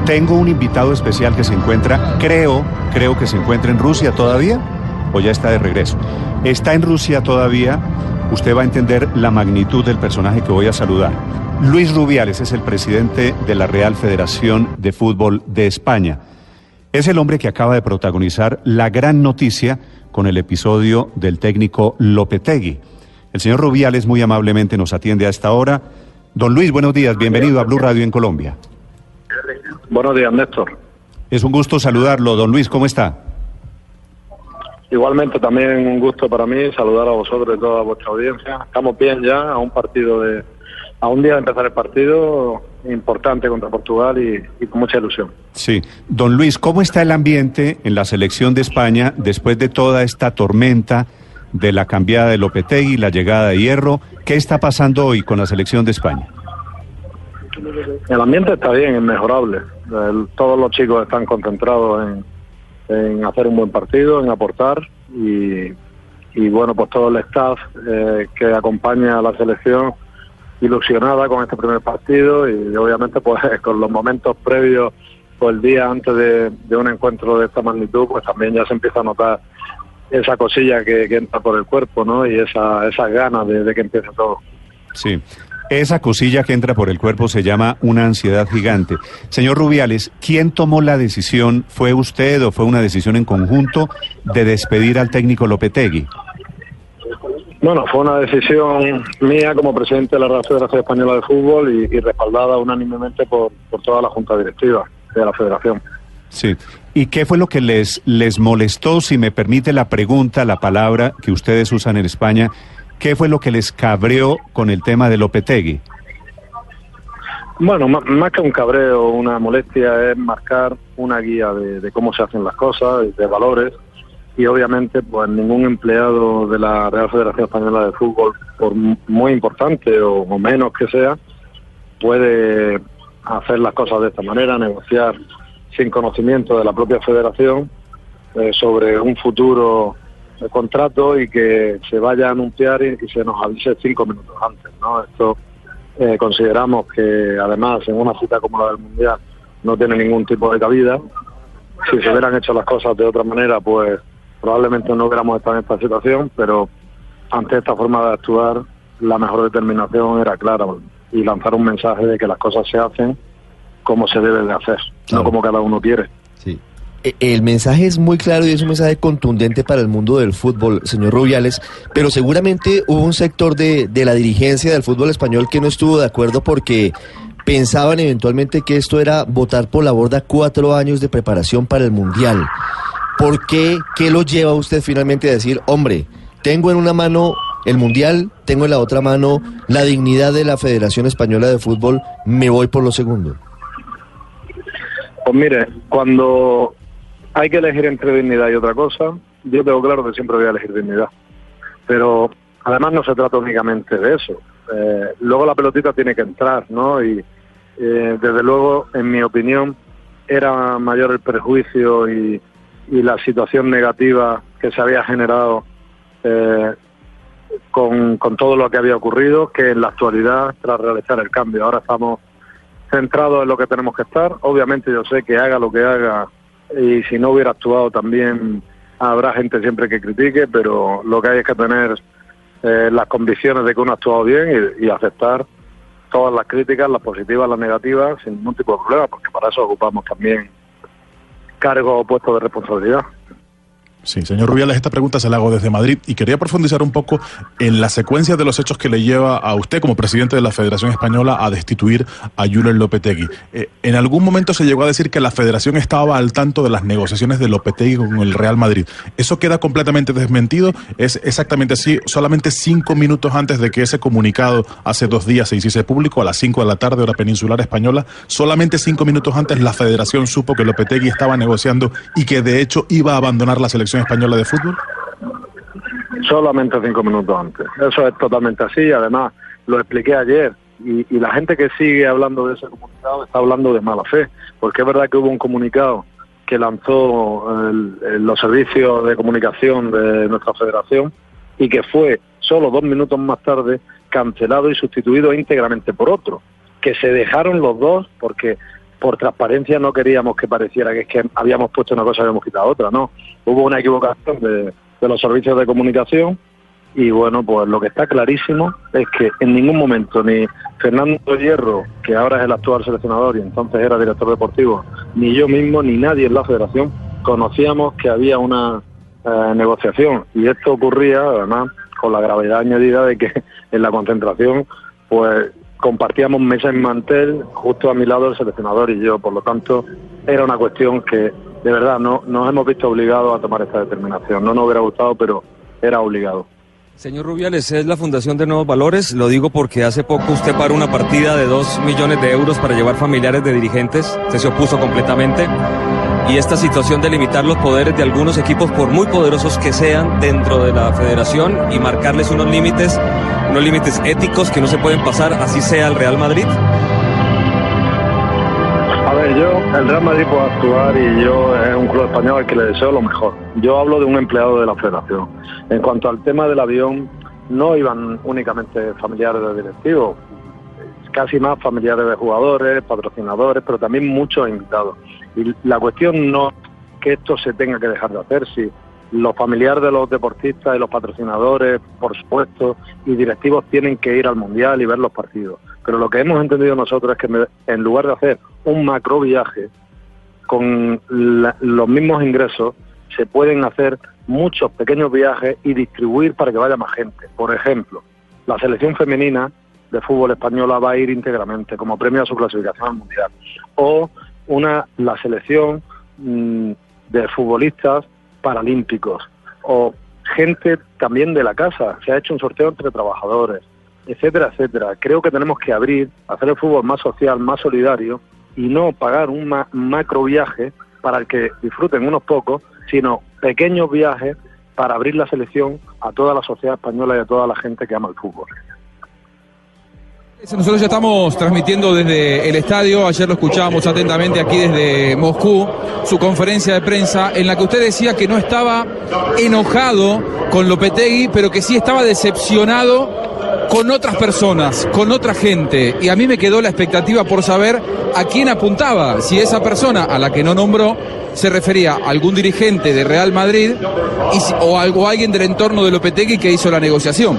Tengo un invitado especial que se encuentra, creo que se encuentra en Rusia todavía, o ya está de regreso. Está en Rusia todavía, usted va a entender la magnitud del personaje que voy a saludar. Luis Rubiales es el presidente de la Real Federación de Fútbol de España. Es el hombre que acaba de protagonizar la gran noticia con el episodio del técnico Lopetegui. El señor Rubiales muy amablemente nos atiende a esta hora. Don Luis, buenos días, bienvenido a Blue Radio en Colombia. Buenos días, Néstor. Es un gusto saludarlo. Don Luis, ¿cómo está? Igualmente, también un gusto para mí saludar a vosotros y toda vuestra audiencia. Estamos bien ya a un día de empezar el partido importante contra Portugal y con mucha ilusión. Sí. Don Luis, ¿cómo está el ambiente en la selección de España después de toda esta tormenta de la cambiada de Lopetegui, la llegada de Hierro? ¿Qué está pasando hoy con la selección de España? El ambiente está bien, es mejorable. Todos los chicos están concentrados en hacer un buen partido, en aportar y bueno, pues todo el staff que acompaña a la selección ilusionada con este primer partido y obviamente pues con los momentos previos o el día antes de un encuentro de esta magnitud, pues también ya se empieza a notar esa cosilla que entra por el cuerpo, ¿no? Y esas ganas de que empiece todo. Sí. Esa cosilla que entra por el cuerpo se llama una ansiedad gigante. Señor Rubiales, ¿quién tomó la decisión? ¿Fue usted o fue una decisión en conjunto de despedir al técnico Lopetegui? Bueno, fue una decisión mía como presidente de la Real Federación Española de Fútbol y respaldada unánimemente por toda la Junta Directiva de la Federación. Sí. ¿Y qué fue lo que les molestó, si me permite la pregunta, la palabra que ustedes usan en España? ¿Qué fue lo que les cabreó con el tema de Lopetegui? Bueno, más que un cabreo, una molestia, es marcar una guía de cómo se hacen las cosas, de valores, y obviamente pues ningún empleado de la Real Federación Española de Fútbol, por muy importante o menos que sea, puede hacer las cosas de esta manera, negociar sin conocimiento de la propia federación sobre un futuro contrato y que se vaya a anunciar y se nos avise 5 minutos antes, ¿no? Esto consideramos que además en una cita como la del Mundial no tiene ningún tipo de cabida. Si se hubieran hecho las cosas de otra manera, pues probablemente no hubiéramos estado en esta situación, pero ante esta forma de actuar la mejor determinación era clara y lanzar un mensaje de que las cosas se hacen como se debe de hacer, no como cada uno quiere. Sí. El mensaje es muy claro y es un mensaje contundente para el mundo del fútbol, señor Rubiales, pero seguramente hubo un sector de la dirigencia del fútbol español que no estuvo de acuerdo porque pensaban eventualmente que esto era botar por la borda 4 años de preparación para el Mundial. ¿Por qué? ¿Qué lo lleva a usted finalmente a decir, hombre, tengo en una mano el Mundial, tengo en la otra mano la dignidad de la Federación Española de Fútbol, me voy por lo segundo? Pues mire, cuando hay que elegir entre dignidad y otra cosa, yo tengo claro que siempre voy a elegir dignidad. Pero además no se trata únicamente de eso. Luego la pelotita tiene que entrar, ¿no? Y desde luego, en mi opinión, era mayor el perjuicio y la situación negativa que se había generado con todo lo que había ocurrido que en la actualidad tras realizar el cambio. Ahora estamos centrados en lo que tenemos que estar. Obviamente yo sé que haga lo que haga y si no hubiera actuado también habrá gente siempre que critique, pero lo que hay es que tener las convicciones de que uno ha actuado bien y aceptar todas las críticas, las positivas, las negativas, sin ningún tipo de problema, porque para eso ocupamos también cargos o puestos de responsabilidad. Sí, señor Rubiales, esta pregunta se la hago desde Madrid y quería profundizar un poco en la secuencia de los hechos que le lleva a usted como presidente de la Federación Española a destituir a Julen Lopetegui. En algún momento se llegó a decir que la Federación estaba al tanto de las negociaciones de Lopetegui con el Real Madrid. ¿Eso queda completamente desmentido? ¿Es exactamente así? Solamente 5 minutos antes de que ese comunicado hace 2 días se hiciese público, a las 5 de la tarde, hora peninsular española, solamente 5 minutos antes la Federación supo que Lopetegui estaba negociando y que de hecho iba a abandonar la selección española de fútbol. Solamente 5 minutos antes. Eso es totalmente así. Además, lo expliqué ayer y la gente que sigue hablando de ese comunicado está hablando de mala fe, porque es verdad que hubo un comunicado que lanzó los servicios de comunicación de nuestra federación y que fue solo 2 minutos más tarde cancelado y sustituido íntegramente por otro, que se dejaron los dos porque por transparencia no queríamos que pareciera que es que habíamos puesto una cosa y habíamos quitado otra, no. Hubo una equivocación de los servicios de comunicación y bueno, pues lo que está clarísimo es que en ningún momento ni Fernando Hierro, que ahora es el actual seleccionador y entonces era director deportivo, ni yo mismo, ni nadie en la federación conocíamos que había una negociación, y esto ocurría además con la gravedad añadida de que en la concentración pues compartíamos mesa en mantel, justo a mi lado el seleccionador y yo, por lo tanto era una cuestión que de verdad no nos hemos visto obligados a tomar esta determinación. No nos hubiera gustado, pero era obligado. Señor Rubiales, es la Fundación de Nuevos Valores, lo digo porque hace poco usted paró una partida de 2 millones de euros para llevar familiares de dirigentes, usted se opuso completamente, y esta situación de limitar los poderes de algunos equipos, por muy poderosos que sean dentro de la federación, y marcarles unos límites éticos que no se pueden pasar, así sea el Real Madrid. A ver, el Real Madrid puede actuar y yo es un club español al que le deseo lo mejor. Yo hablo de un empleado de la federación. En cuanto al tema del avión, no iban únicamente familiares de directivos, casi más familiares de jugadores, patrocinadores, pero también muchos invitados. Y la cuestión no es que esto se tenga que dejar de hacer, si los familiares de los deportistas y los patrocinadores, por supuesto, y directivos tienen que ir al Mundial y ver los partidos. Pero lo que hemos entendido nosotros es que en lugar de hacer un macro viaje con los mismos ingresos, se pueden hacer muchos pequeños viajes y distribuir para que vaya más gente. Por ejemplo, la selección femenina de fútbol española va a ir íntegramente como premio a su clasificación al Mundial. O la selección de futbolistas paralímpicos, o gente también de la casa. Se ha hecho un sorteo entre trabajadores, etcétera, etcétera. Creo que tenemos que hacer el fútbol más social, más solidario, y no pagar un macro viaje para el que disfruten unos pocos, sino pequeños viajes para abrir la selección a toda la sociedad española y a toda la gente que ama el fútbol. Nosotros ya estamos transmitiendo desde el estadio, ayer lo escuchábamos atentamente aquí desde Moscú, su conferencia de prensa en la que usted decía que no estaba enojado con Lopetegui, pero que sí estaba decepcionado con otras personas, con otra gente, y a mí me quedó la expectativa por saber a quién apuntaba, si esa persona a la que no nombró se refería a algún dirigente de Real Madrid o alguien del entorno de Lopetegui que hizo la negociación.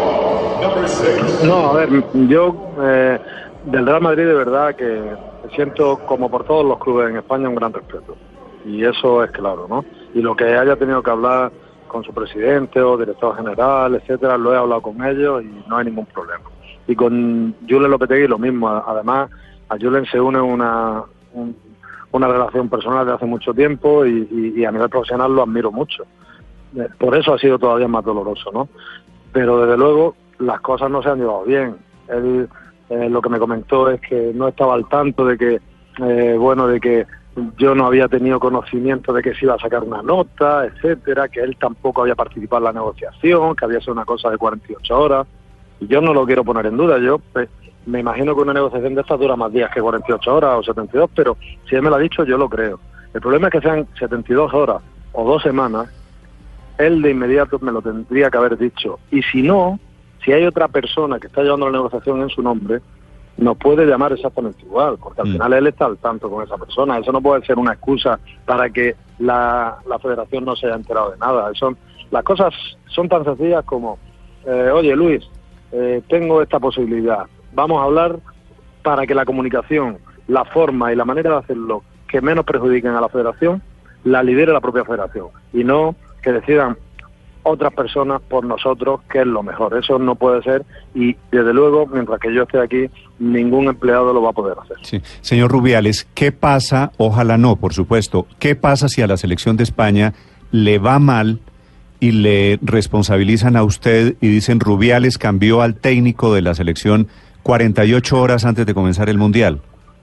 No, a ver, yo del Real Madrid de verdad que siento, como por todos los clubes en España, un gran respeto. Y eso es claro, ¿no? Y lo que haya tenido que hablar con su presidente o director general, etcétera, lo he hablado con ellos y no hay ningún problema. Y con Julen Lopetegui lo mismo. Además, a Julen se une una relación personal de hace mucho tiempo y a nivel profesional lo admiro mucho. Por eso ha sido todavía más doloroso, ¿no? Pero desde luego las cosas no se han llevado bien. Él lo que me comentó es que no estaba al tanto de que, de que yo no había tenido conocimiento de que se iba a sacar una nota, etcétera, que él tampoco había participado en la negociación, que había sido una cosa de 48 horas. Y yo no lo quiero poner en duda. Yo me imagino que una negociación de estas dura más días que 48 horas o 72, pero si él me lo ha dicho, yo lo creo. El problema es que sean 72 horas o 2 semanas, él de inmediato me lo tendría que haber dicho. Y si no, si hay otra persona que está llevando la negociación en su nombre, nos puede llamar exactamente igual, porque al final él está al tanto con esa persona. Eso no puede ser una excusa para que la federación no se haya enterado de nada. Las cosas son tan sencillas como, oye Luis, tengo esta posibilidad, vamos a hablar para que la comunicación, la forma y la manera de hacerlo que menos perjudiquen a la federación, la lidere la propia federación, y no que decidan otras personas por nosotros, que es lo mejor. Eso no puede ser, y desde luego, mientras que yo esté aquí, ningún empleado lo va a poder hacer. Sí. Señor Rubiales, ¿qué pasa? Ojalá no, por supuesto. ¿Qué pasa si a la selección de España le va mal y le responsabilizan a usted y dicen Rubiales cambió al técnico de la selección 48 horas antes de comenzar el Mundial?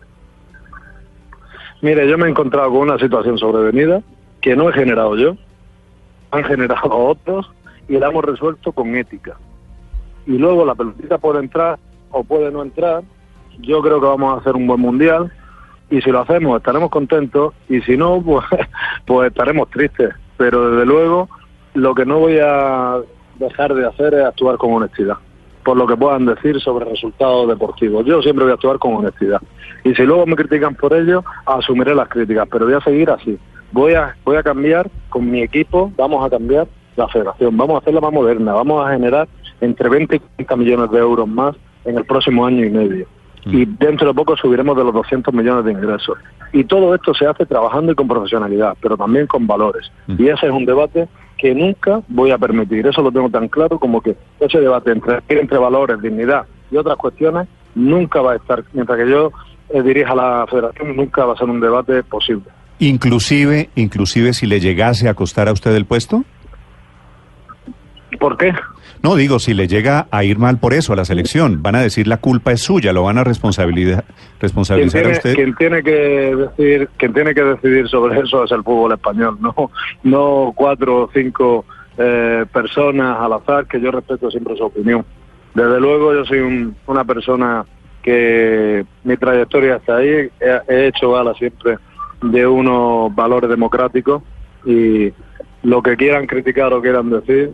Mire, yo me he encontrado con una situación sobrevenida que no he generado yo, han generado otros, y la hemos resuelto con ética. Y luego la pelotita puede entrar o puede no entrar. Yo creo que vamos a hacer un buen Mundial, y si lo hacemos estaremos contentos, y si no, pues estaremos tristes. Pero desde luego lo que no voy a dejar de hacer es actuar con honestidad. por lo que puedan decir sobre resultados deportivos. Yo siempre voy a actuar con honestidad. Y si luego me critican por ello, asumiré las críticas, pero voy a seguir así. Voy a cambiar con mi equipo, vamos a cambiar la federación, vamos a hacerla más moderna, vamos a generar entre 20 y 30 millones de euros más en el próximo año y medio. Y dentro de poco subiremos de los 200 millones de ingresos. Y todo esto se hace trabajando y con profesionalidad, pero también con valores. Y ese es un debate que nunca voy a permitir. Eso lo tengo tan claro como que ese debate entre valores, dignidad y otras cuestiones nunca va a estar. Mientras que yo dirija la federación, nunca va a ser un debate posible. Inclusive si le llegase a costar a usted el puesto. ¿Por qué? No, digo, si le llega a ir mal por eso a la selección, van a decir la culpa es suya, lo van a responsabilizar a usted. Quien tiene que decidir sobre eso es el fútbol español, no 4 o 5 personas al azar, que yo respeto siempre su opinión. Desde luego yo soy una persona que mi trayectoria está ahí, he hecho gala siempre de unos valores democráticos, y lo que quieran criticar o quieran decir,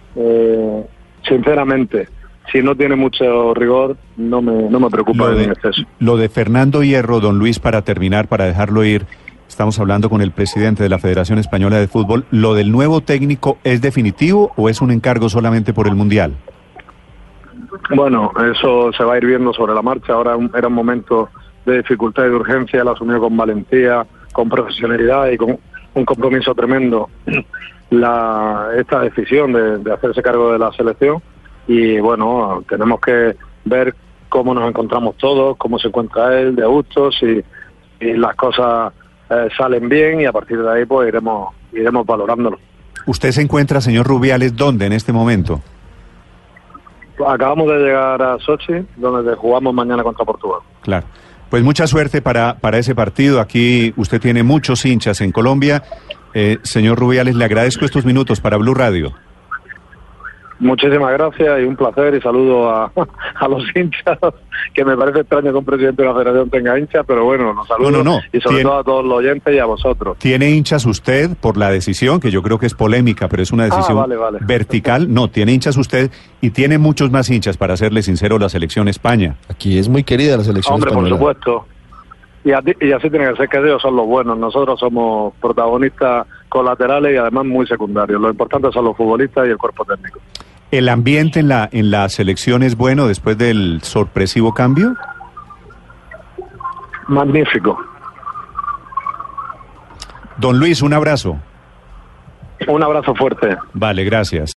sinceramente, si no tiene mucho rigor, no me preocupa en exceso. Lo de Fernando Hierro, don Luis, para terminar, para dejarlo ir, estamos hablando con el presidente de la Federación Española de Fútbol. ¿Lo del nuevo técnico es definitivo o es un encargo solamente por el Mundial? Bueno, eso se va a ir viendo sobre la marcha. Ahora era un momento de dificultad y de urgencia, lo asumió con valentía, con profesionalidad y con un compromiso tremendo esta decisión de hacerse cargo de la selección. Y bueno, tenemos que ver cómo nos encontramos todos, cómo se encuentra él, de gusto, si las cosas salen bien, y a partir de ahí pues iremos valorándolo. ¿Usted se encuentra, señor Rubiales, dónde en este momento? Acabamos de llegar a Sochi, donde jugamos mañana contra Portugal. Claro. Pues mucha suerte para ese partido. Aquí usted tiene muchos hinchas en Colombia. Señor Rubiales, le agradezco estos minutos para Blue Radio. Muchísimas gracias y un placer, y saludo a los hinchas, que me parece extraño que un presidente de la federación tenga hinchas, pero bueno, los saludo. No. Y sobre todo a todos los oyentes y a vosotros. ¿Tiene hinchas usted por la decisión, que yo creo que es polémica, pero es una decisión vale. vertical? No, tiene hinchas usted, y tiene muchos más hinchas, para serle sincero, la selección España. Aquí es muy querida la selección española. Por supuesto. Y así tiene que ser, que ellos son los buenos. Nosotros somos protagonistas colaterales y además muy secundarios. Lo importante son los futbolistas y el cuerpo técnico. ¿El ambiente en la selección es bueno después del sorpresivo cambio? Magnífico. Don Luis, un abrazo. Un abrazo fuerte. Vale, gracias.